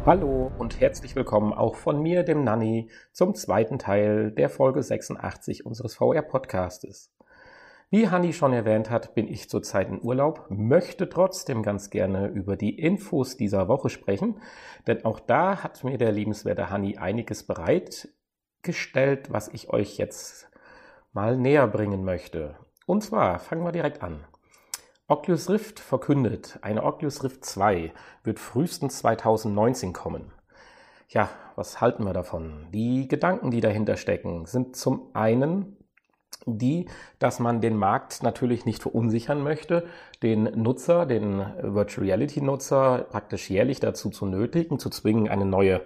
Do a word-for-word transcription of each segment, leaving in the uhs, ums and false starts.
Hallo und herzlich willkommen auch von mir, dem Nanni, zum zweiten Teil der Folge sechsundachtzig unseres V R-Podcastes. Wie Hanni schon erwähnt hat, bin ich zurzeit in Urlaub, möchte trotzdem ganz gerne über die Infos dieser Woche sprechen, denn auch da hat mir der liebenswerte Hanni einiges bereitgestellt, was ich euch jetzt mal näher bringen möchte. Und zwar fangen wir direkt an. Oculus Rift verkündet, eine Oculus Rift zwei wird frühestens zweitausendneunzehn kommen. Ja, was halten wir davon? Die Gedanken, die dahinter stecken, sind zum einen die, dass man den Markt natürlich nicht verunsichern möchte, den Nutzer, den Virtual Reality Nutzer praktisch jährlich dazu zu nötigen, zu zwingen, eine neue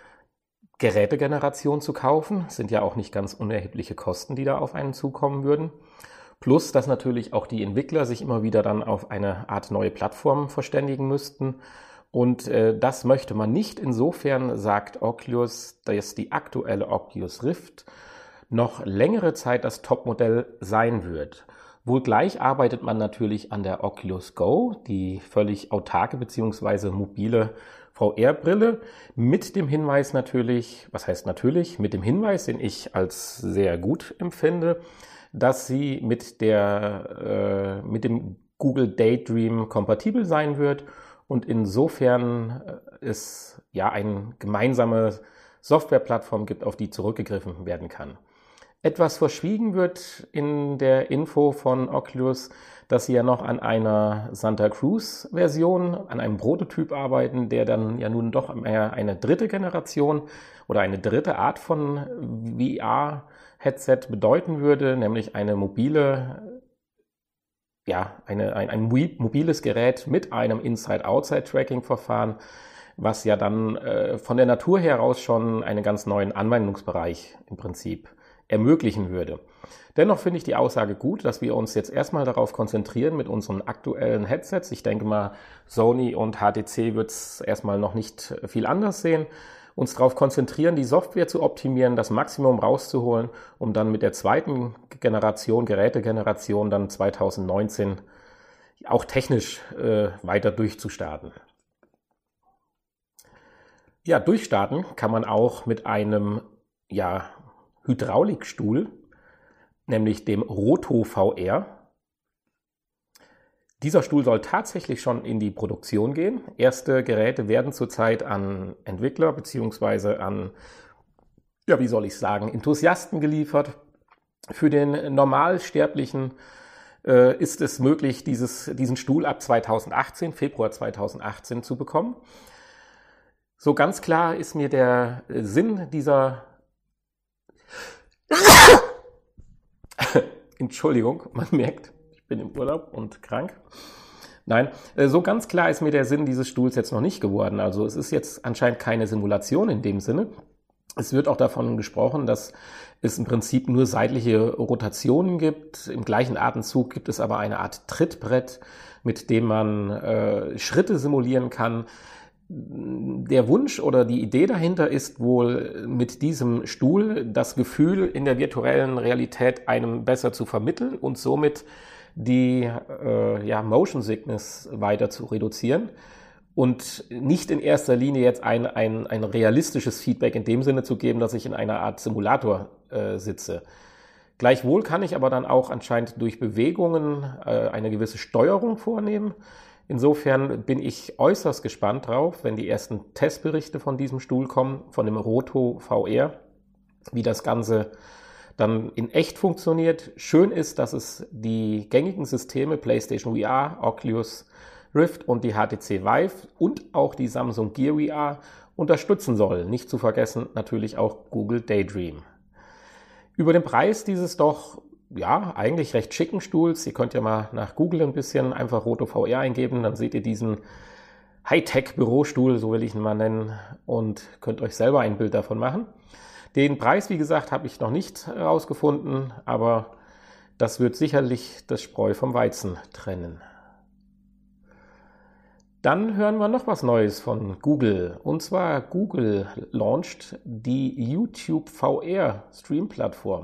Gerätegeneration zu kaufen. Das sind ja auch nicht ganz unerhebliche Kosten, die da auf einen zukommen würden. Plus, dass natürlich auch die Entwickler sich immer wieder dann auf eine Art neue Plattform verständigen müssten. Und äh, das möchte man nicht. Insofern sagt Oculus, dass die aktuelle Oculus Rift noch längere Zeit das Topmodell sein wird. Wohl gleich arbeitet man natürlich an der Oculus Go, die völlig autarke bzw. mobile V R-Brille, mit dem Hinweis natürlich, was heißt natürlich, mit dem Hinweis, den ich als sehr gut empfinde, dass sie mit der äh, mit dem Google Daydream kompatibel sein wird und insofern äh, es ja eine gemeinsame Softwareplattform gibt, auf die zurückgegriffen werden kann. Etwas verschwiegen wird in der Info von Oculus, dass sie ja noch an einer Santa Cruz-Version, an einem Prototyp arbeiten, der dann ja nun doch mehr eine dritte Generation oder eine dritte Art von V R-Headset bedeuten würde, nämlich eine mobile, ja, eine, ein, ein mobiles Gerät mit einem Inside-Outside-Tracking-Verfahren, was ja dann äh, von der Natur heraus schon einen ganz neuen Anwendungsbereich im Prinzip ermöglichen würde. Dennoch finde ich die Aussage gut, dass wir uns jetzt erstmal darauf konzentrieren mit unseren aktuellen Headsets. Ich denke mal, Sony und H T C wird es erstmal noch nicht viel anders sehen. Uns darauf konzentrieren, die Software zu optimieren, das Maximum rauszuholen, um dann mit der zweiten Generation, Gerätegeneration dann zweitausendneunzehn auch technisch äh, weiter durchzustarten. Ja, durchstarten kann man auch mit einem, ja, Hydraulikstuhl, nämlich dem Roto V R. Dieser Stuhl soll tatsächlich schon in die Produktion gehen. Erste Geräte werden zurzeit an Entwickler bzw. an, ja, wie soll ich sagen, Enthusiasten geliefert. Für den Normalsterblichen äh, ist es möglich, dieses, diesen Stuhl ab zweitausendachtzehn, Februar zweitausendachtzehn zu bekommen. So ganz klar ist mir der Sinn dieser Entschuldigung, man merkt, ich bin im Urlaub und krank. Nein, so ganz klar ist mir der Sinn dieses Stuhls jetzt noch nicht geworden. Also es ist jetzt anscheinend keine Simulation in dem Sinne. Es wird auch davon gesprochen, dass es im Prinzip nur seitliche Rotationen gibt. Im gleichen Atemzug gibt es aber eine Art Trittbrett, mit dem man äh, Schritte simulieren kann. Der Wunsch oder die Idee dahinter ist wohl, mit diesem Stuhl das Gefühl in der virtuellen Realität einem besser zu vermitteln und somit die äh, ja, Motion Sickness weiter zu reduzieren und nicht in erster Linie jetzt ein, ein, ein realistisches Feedback in dem Sinne zu geben, dass ich in einer Art Simulator äh, sitze. Gleichwohl kann ich aber dann auch anscheinend durch Bewegungen äh, eine gewisse Steuerung vornehmen. Insofern bin ich äußerst gespannt drauf, wenn die ersten Testberichte von diesem Stuhl kommen, von dem Roto V R, wie das Ganze dann in echt funktioniert. Schön ist, dass es die gängigen Systeme PlayStation V R, Oculus Rift und die H T C Vive und auch die Samsung Gear V R unterstützen soll. Nicht zu vergessen natürlich auch Google Daydream. Über den Preis dieses doch ja, eigentlich recht schicken Stuhls. Ihr könnt ja mal nach Google ein bisschen einfach Roto V R eingeben, dann seht ihr diesen Hightech-Bürostuhl, so will ich ihn mal nennen, und könnt euch selber ein Bild davon machen. Den Preis, wie gesagt, habe ich noch nicht herausgefunden, aber das wird sicherlich das Spreu vom Weizen trennen. Dann hören wir noch was Neues von Google. Und zwar Google launcht die YouTube V R Stream-Plattform.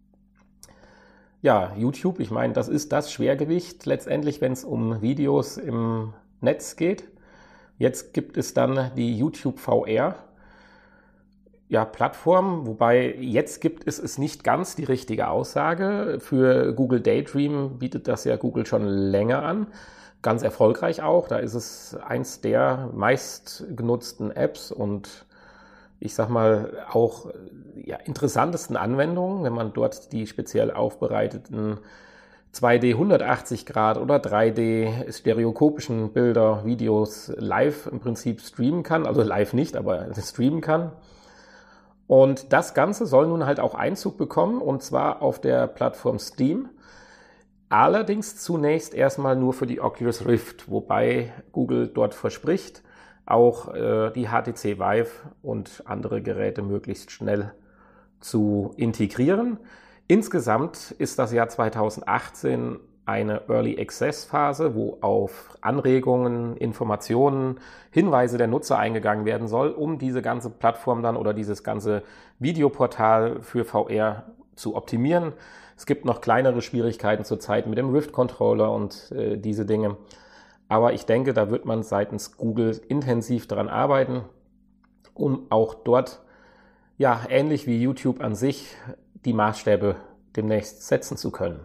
Ja, YouTube, ich meine, das ist das Schwergewicht letztendlich, wenn es um Videos im Netz geht. Jetzt gibt es dann die YouTube V R ja, Plattform, wobei jetzt gibt es es nicht ganz die richtige Aussage. Für Google Daydream bietet das ja Google schon länger an, ganz erfolgreich auch. Da ist es eins der meistgenutzten Apps und ich sag mal auch ja, interessantesten Anwendungen, wenn man dort die speziell aufbereiteten zwei D hundertachtzig Grad oder drei D stereoskopischen Bilder, Videos live im Prinzip streamen kann, also live nicht, aber streamen kann. Und das Ganze soll nun halt auch Einzug bekommen, und zwar auf der Plattform Steam. Allerdings zunächst erstmal nur für die Oculus Rift, wobei Google dort verspricht, auch äh, die H T C Vive und andere Geräte möglichst schnell zu integrieren. Insgesamt ist das Jahr zweitausendachtzehn eine Early Access Phase, wo auf Anregungen, Informationen, Hinweise der Nutzer eingegangen werden soll, um diese ganze Plattform dann oder dieses ganze Videoportal für V R zu optimieren. Es gibt noch kleinere Schwierigkeiten zurzeit mit dem Rift Controller und äh, diese Dinge. Aber ich denke, da wird man seitens Google intensiv daran arbeiten, um auch dort, ja, ähnlich wie YouTube an sich, die Maßstäbe demnächst setzen zu können.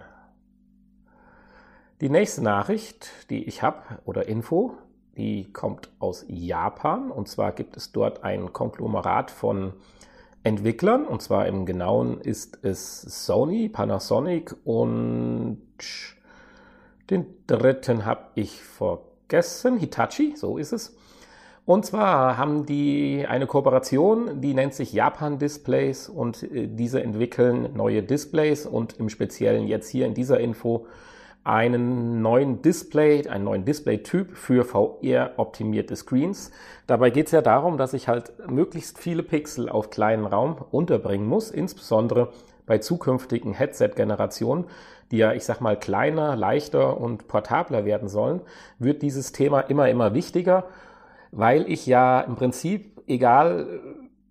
Die nächste Nachricht, die ich habe, oder Info, die kommt aus Japan. Und zwar gibt es dort ein Konglomerat von Entwicklern. Und zwar im Genauen ist es Sony, Panasonic und den dritten habe ich vergessen, Hitachi, so ist es. Und zwar haben die eine Kooperation, die nennt sich Japan Displays, und diese entwickeln neue Displays und im Speziellen jetzt hier in dieser Info einen neuen Display, einen neuen Display-Typ für V R-optimierte Screens. Dabei geht es ja darum, dass ich halt möglichst viele Pixel auf kleinen Raum unterbringen muss, insbesondere bei zukünftigen Headset-Generationen, die ja, ich sag mal, kleiner, leichter und portabler werden sollen, wird dieses Thema immer, immer wichtiger, weil ich ja im Prinzip, egal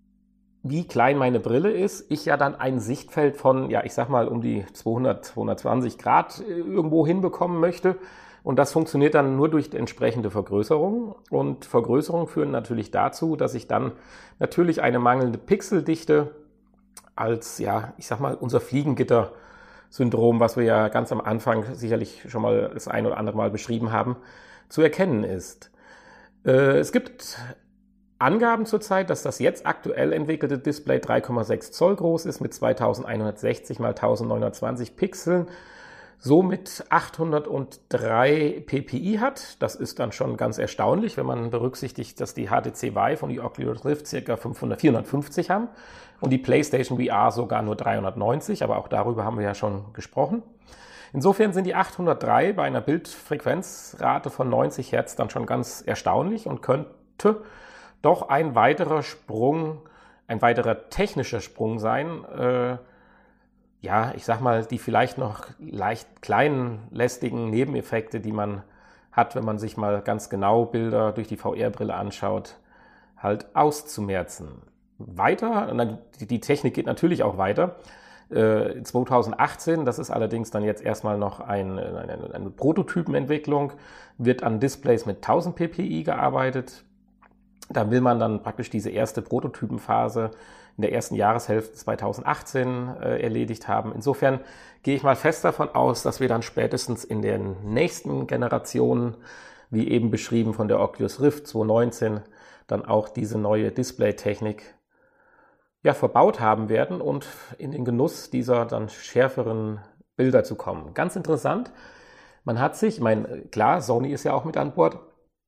wie klein meine Brille ist, ich ja dann ein Sichtfeld von, ja, ich sag mal, um die zweihundert, zweihundertzwanzig Grad irgendwo hinbekommen möchte. Und das funktioniert dann nur durch entsprechende Vergrößerung. Und Vergrößerungen führen natürlich dazu, dass ich dann natürlich eine mangelnde Pixeldichte als, ja, ich sag mal, unser Fliegengitter-Syndrom, was wir ja ganz am Anfang sicherlich schon mal das ein oder andere Mal beschrieben haben, zu erkennen ist. Äh, es gibt Angaben zurzeit, dass das jetzt aktuell entwickelte Display drei Komma sechs Zoll groß ist mit zweitausendeinhundertsechzig mal eintausendneunhundertzwanzig Pixeln, somit achthundertdrei P P I hat. Das ist dann schon ganz erstaunlich, wenn man berücksichtigt, dass die H T C Vive und die Oculus Rift ca. fünfhundert, vierhundertfünfzig haben und die PlayStation V R sogar nur dreihundertneunzig, aber auch darüber haben wir ja schon gesprochen. Insofern sind die achthundertdrei bei einer Bildfrequenzrate von neunzig Hertz dann schon ganz erstaunlich und könnte doch ein weiterer Sprung, ein weiterer technischer Sprung sein, äh, ja, ich sag mal, die vielleicht noch leicht kleinen, lästigen Nebeneffekte, die man hat, wenn man sich mal ganz genau Bilder durch die V R-Brille anschaut, halt auszumerzen. Weiter, die Technik geht natürlich auch weiter. Äh, zweitausendachtzehn, das ist allerdings dann jetzt erstmal noch ein, eine, eine Prototypenentwicklung, wird an Displays mit tausend P P I gearbeitet. Da will man dann praktisch diese erste Prototypenphase in der ersten Jahreshälfte zweitausendachtzehn äh, erledigt haben. Insofern gehe ich mal fest davon aus, dass wir dann spätestens in den nächsten Generationen, wie eben beschrieben von der Oculus Rift zweitausendneunzehn, dann auch diese neue Display-Technik ja, verbaut haben werden und in den Genuss dieser dann schärferen Bilder zu kommen. Ganz interessant, man hat sich, ich meine, klar, Sony ist ja auch mit an Bord,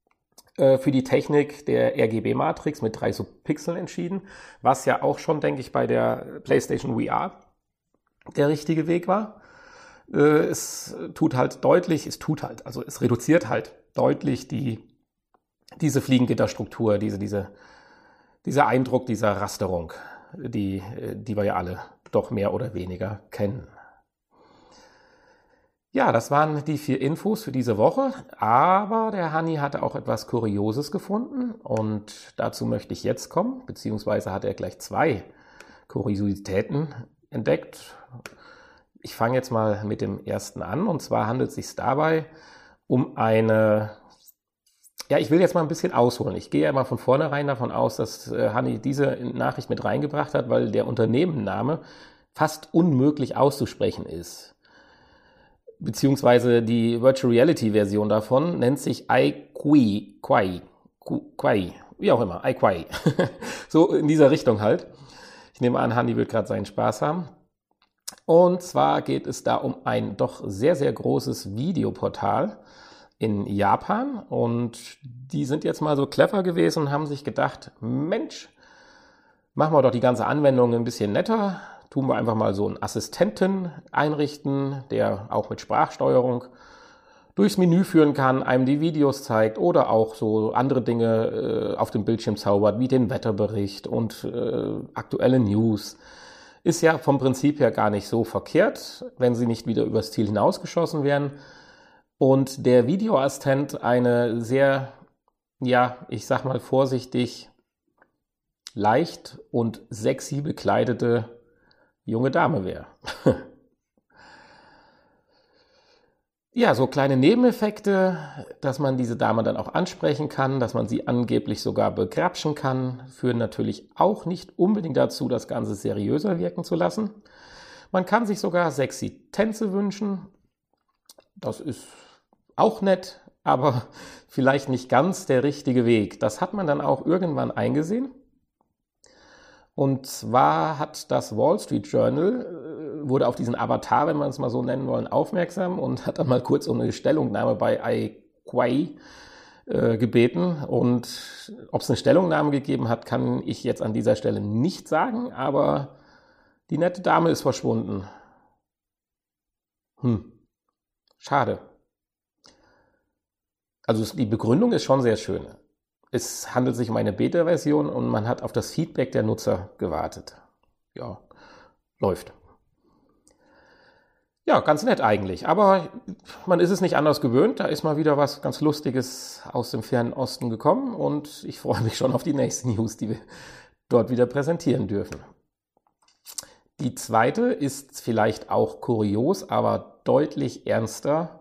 für die Technik der R G B-Matrix mit drei Subpixeln entschieden, was ja auch schon, denke ich, bei der PlayStation V R der richtige Weg war. Es tut halt deutlich, es tut halt, also es reduziert halt deutlich die, diese Fliegengitterstruktur, diese, diese, dieser Eindruck dieser Rasterung, die, die wir ja alle doch mehr oder weniger kennen. Ja, das waren die vier Infos für diese Woche, aber der Hanni hatte auch etwas Kurioses gefunden und dazu möchte ich jetzt kommen, beziehungsweise hat er gleich zwei Kuriositäten entdeckt. Ich fange jetzt mal mit dem ersten an, und zwar handelt es sich dabei um eine Ja, ich will jetzt mal ein bisschen ausholen. Ich gehe ja mal von vornherein davon aus, dass äh, Hanni diese Nachricht mit reingebracht hat, weil der Unternehmenname fast unmöglich auszusprechen ist. Beziehungsweise die Virtual Reality Version davon nennt sich iQui, Quai, Quai, wie auch immer, iQui. So in dieser Richtung halt. Ich nehme an, Hanni wird gerade seinen Spaß haben. Und zwar geht es da um ein doch sehr, sehr großes Videoportal in Japan, und die sind jetzt mal so clever gewesen und haben sich gedacht, Mensch, machen wir doch die ganze Anwendung ein bisschen netter, tun wir einfach mal so einen Assistenten einrichten, der auch mit Sprachsteuerung durchs Menü führen kann, einem die Videos zeigt oder auch so andere Dinge äh, auf dem Bildschirm zaubert, wie den Wetterbericht und äh, aktuelle News. Ist ja vom Prinzip her gar nicht so verkehrt, wenn sie nicht wieder übers Ziel hinausgeschossen werden. Und der Videoassistent eine sehr, ja, ich sag mal vorsichtig, leicht und sexy bekleidete junge Dame wäre. Ja, so kleine Nebeneffekte, dass man diese Dame dann auch ansprechen kann, dass man sie angeblich sogar begrapschen kann, führen natürlich auch nicht unbedingt dazu, das Ganze seriöser wirken zu lassen. Man kann sich sogar sexy Tänze wünschen. Das ist auch nett, aber vielleicht nicht ganz der richtige Weg. Das hat man dann auch irgendwann eingesehen. Und zwar hat das Wall Street Journal, äh, wurde auf diesen Avatar, wenn man es mal so nennen wollen, aufmerksam und hat dann mal kurz um eine Stellungnahme bei iQuai äh, gebeten. Und ob es eine Stellungnahme gegeben hat, kann ich jetzt an dieser Stelle nicht sagen, aber die nette Dame ist verschwunden. Hm, schade. Also die Begründung ist schon sehr schön. Es handelt sich um eine Beta-Version und man hat auf das Feedback der Nutzer gewartet. Ja, läuft. Ja, ganz nett eigentlich. Aber man ist es nicht anders gewöhnt. Da ist mal wieder was ganz Lustiges aus dem fernen Osten gekommen und ich freue mich schon auf die nächsten News, die wir dort wieder präsentieren dürfen. Die zweite ist vielleicht auch kurios, aber deutlich ernster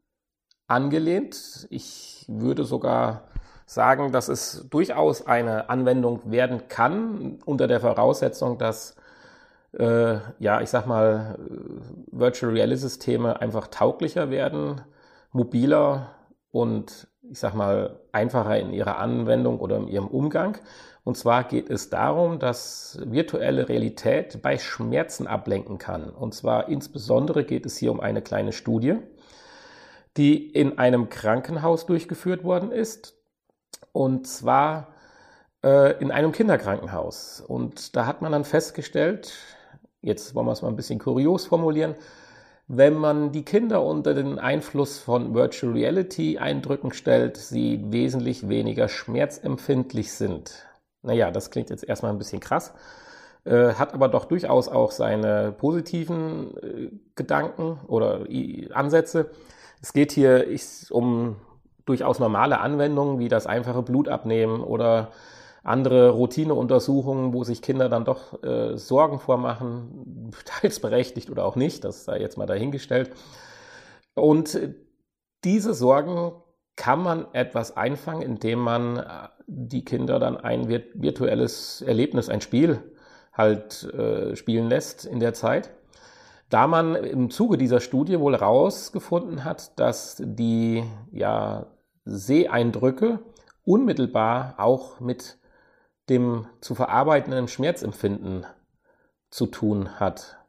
angelehnt. Ich würde sogar sagen, dass es durchaus eine Anwendung werden kann, unter der Voraussetzung, dass, äh, ja, ich sag mal, Virtual Reality Systeme einfach tauglicher werden, mobiler und, ich sag mal, einfacher in ihrer Anwendung oder in ihrem Umgang. Und zwar geht es darum, dass virtuelle Realität bei Schmerzen ablenken kann. Und zwar insbesondere geht es hier um eine kleine Studie, die in einem Krankenhaus durchgeführt worden ist, und zwar äh, in einem Kinderkrankenhaus. Und da hat man dann festgestellt, jetzt wollen wir es mal ein bisschen kurios formulieren, wenn man die Kinder unter den Einfluss von Virtual Reality Eindrücken stellt, sie wesentlich weniger schmerzempfindlich sind. Naja, das klingt jetzt erstmal ein bisschen krass, äh, hat aber doch durchaus auch seine positiven äh, Gedanken oder äh, Ansätze. Es geht hier ich, um durchaus normale Anwendungen, wie das einfache Blutabnehmen oder andere Routineuntersuchungen, wo sich Kinder dann doch äh, Sorgen vormachen, teils berechtigt oder auch nicht, das sei jetzt mal dahingestellt. Und diese Sorgen kann man etwas einfangen, indem man die Kinder dann ein virtuelles Erlebnis, ein Spiel halt äh, spielen lässt in der Zeit. Da man im Zuge dieser Studie wohl herausgefunden hat, dass die ja, Seheindrücke unmittelbar auch mit dem zu verarbeitenden Schmerzempfinden zu tun hat.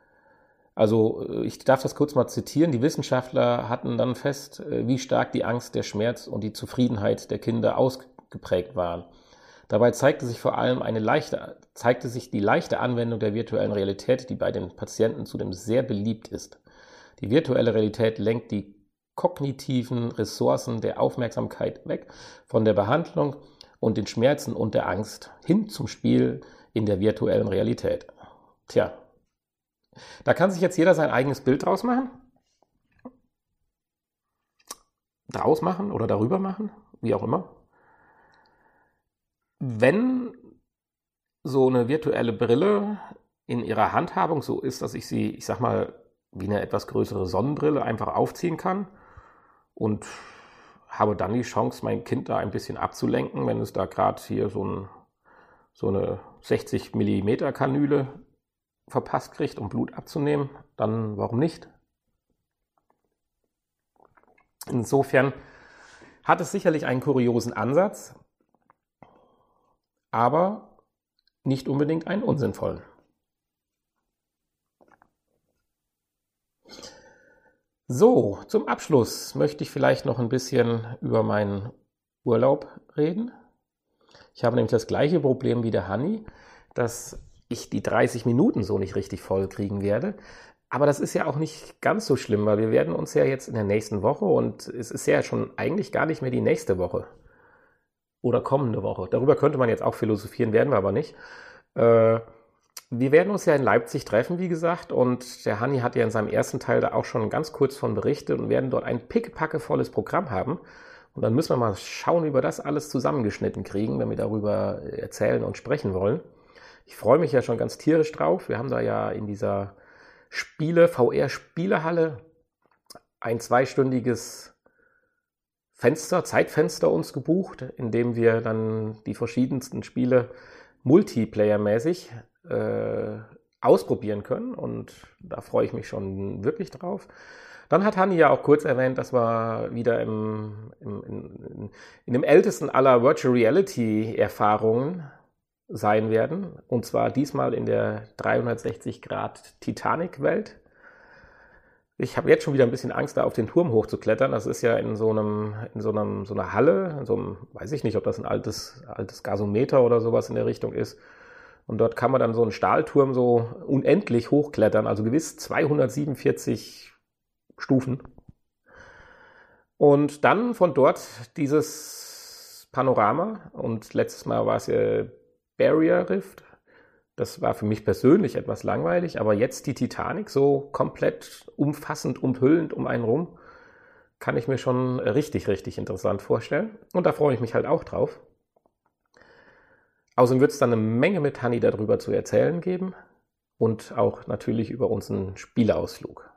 Also ich darf das kurz mal zitieren. Die Wissenschaftler hatten dann fest, wie stark die Angst, der Schmerz und die Zufriedenheit der Kinder ausgeprägt waren. Dabei zeigte sich vor allem eine leichte, zeigte sich die leichte Anwendung der virtuellen Realität, die bei den Patienten zudem sehr beliebt ist. Die virtuelle Realität lenkt die kognitiven Ressourcen der Aufmerksamkeit weg von der Behandlung und den Schmerzen und der Angst hin zum Spiel in der virtuellen Realität. Tja, da kann sich jetzt jeder sein eigenes Bild draus machen. Draus machen oder darüber machen, wie auch immer. Wenn so eine virtuelle Brille in ihrer Handhabung so ist, dass ich sie, ich sag mal, wie eine etwas größere Sonnenbrille einfach aufziehen kann und habe dann die Chance, mein Kind da ein bisschen abzulenken, wenn es da gerade hier so, ein, so eine sechzig Millimeter Kanüle verpasst kriegt, um Blut abzunehmen, dann warum nicht? Insofern hat es sicherlich einen kuriosen Ansatz, aber nicht unbedingt einen unsinnvollen. So, zum Abschluss möchte ich vielleicht noch ein bisschen über meinen Urlaub reden. Ich habe nämlich das gleiche Problem wie der Hanni, dass ich die dreißig Minuten so nicht richtig voll kriegen werde. Aber das ist ja auch nicht ganz so schlimm, weil wir werden uns ja jetzt in der nächsten Woche, und es ist ja schon eigentlich gar nicht mehr die nächste Woche oder kommende Woche. Darüber könnte man jetzt auch philosophieren, werden wir aber nicht. Äh, wir werden uns ja in Leipzig treffen, wie gesagt, und der Hanni hat ja in seinem ersten Teil da auch schon ganz kurz von berichtet und werden dort ein pickepackevolles Programm haben. Und dann müssen wir mal schauen, wie wir das alles zusammengeschnitten kriegen, wenn wir darüber erzählen und sprechen wollen. Ich freue mich ja schon ganz tierisch drauf. Wir haben da ja in dieser Spiele, V R-Spielehalle ein zweistündiges Fenster, Zeitfenster uns gebucht, in dem wir dann die verschiedensten Spiele multiplayermäßig äh, ausprobieren können, und da freue ich mich schon wirklich drauf. Dann hat Hanni ja auch kurz erwähnt, dass wir wieder im, im, in, in dem ältesten aller Virtual Reality Erfahrungen sein werden, und zwar diesmal in der dreihundertsechzig Grad Titanic-Welt. Ich habe jetzt schon wieder ein bisschen Angst, da auf den Turm hochzuklettern. Das ist ja in so einem, in so einem, so einer Halle, in so einem, weiß ich nicht, ob das ein altes, altes Gasometer oder sowas in der Richtung ist. Und dort kann man dann so einen Stahlturm so unendlich hochklettern, also gewiss zweihundertsiebenundvierzig Stufen. Und dann von dort dieses Panorama, und letztes Mal war es ja Barrier Rift. Das war für mich persönlich etwas langweilig, aber jetzt die Titanic so komplett umfassend, umhüllend um einen rum, kann ich mir schon richtig, richtig interessant vorstellen. Und da freue ich mich halt auch drauf. Außerdem wird es dann eine Menge mit Hanni darüber zu erzählen geben und auch natürlich über unseren Spieleausflug.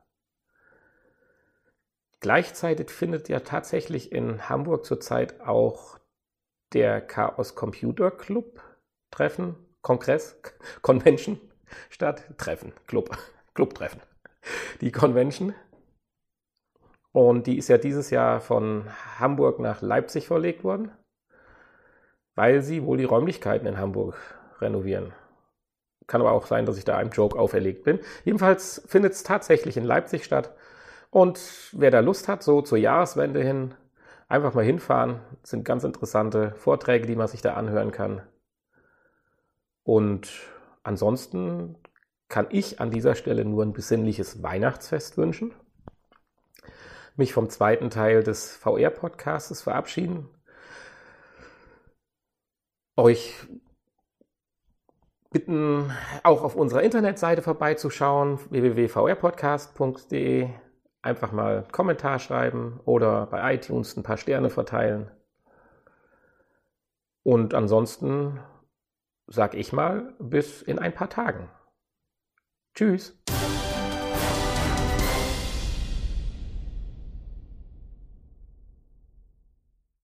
Gleichzeitig findet ja tatsächlich in Hamburg zurzeit auch der Chaos Computer Club Treffen, Kongress, Convention statt. Treffen, Club, Clubtreffen. Die Convention. Und die ist ja dieses Jahr von Hamburg nach Leipzig verlegt worden, weil sie wohl die Räumlichkeiten in Hamburg renovieren. Kann aber auch sein, dass ich da einem Joke auferlegt bin. Jedenfalls findet es tatsächlich in Leipzig statt. Und wer da Lust hat, so zur Jahreswende hin, einfach mal hinfahren. Das sind ganz interessante Vorträge, die man sich da anhören kann. Und ansonsten kann ich an dieser Stelle nur ein besinnliches Weihnachtsfest wünschen, mich vom zweiten Teil des V R-Podcastes verabschieden, euch bitten, auch auf unserer Internetseite vorbeizuschauen, w w w punkt v r podcast punkt d e, einfach mal einen Kommentar schreiben oder bei iTunes ein paar Sterne verteilen. Und ansonsten sag ich mal, bis in ein paar Tagen. Tschüss.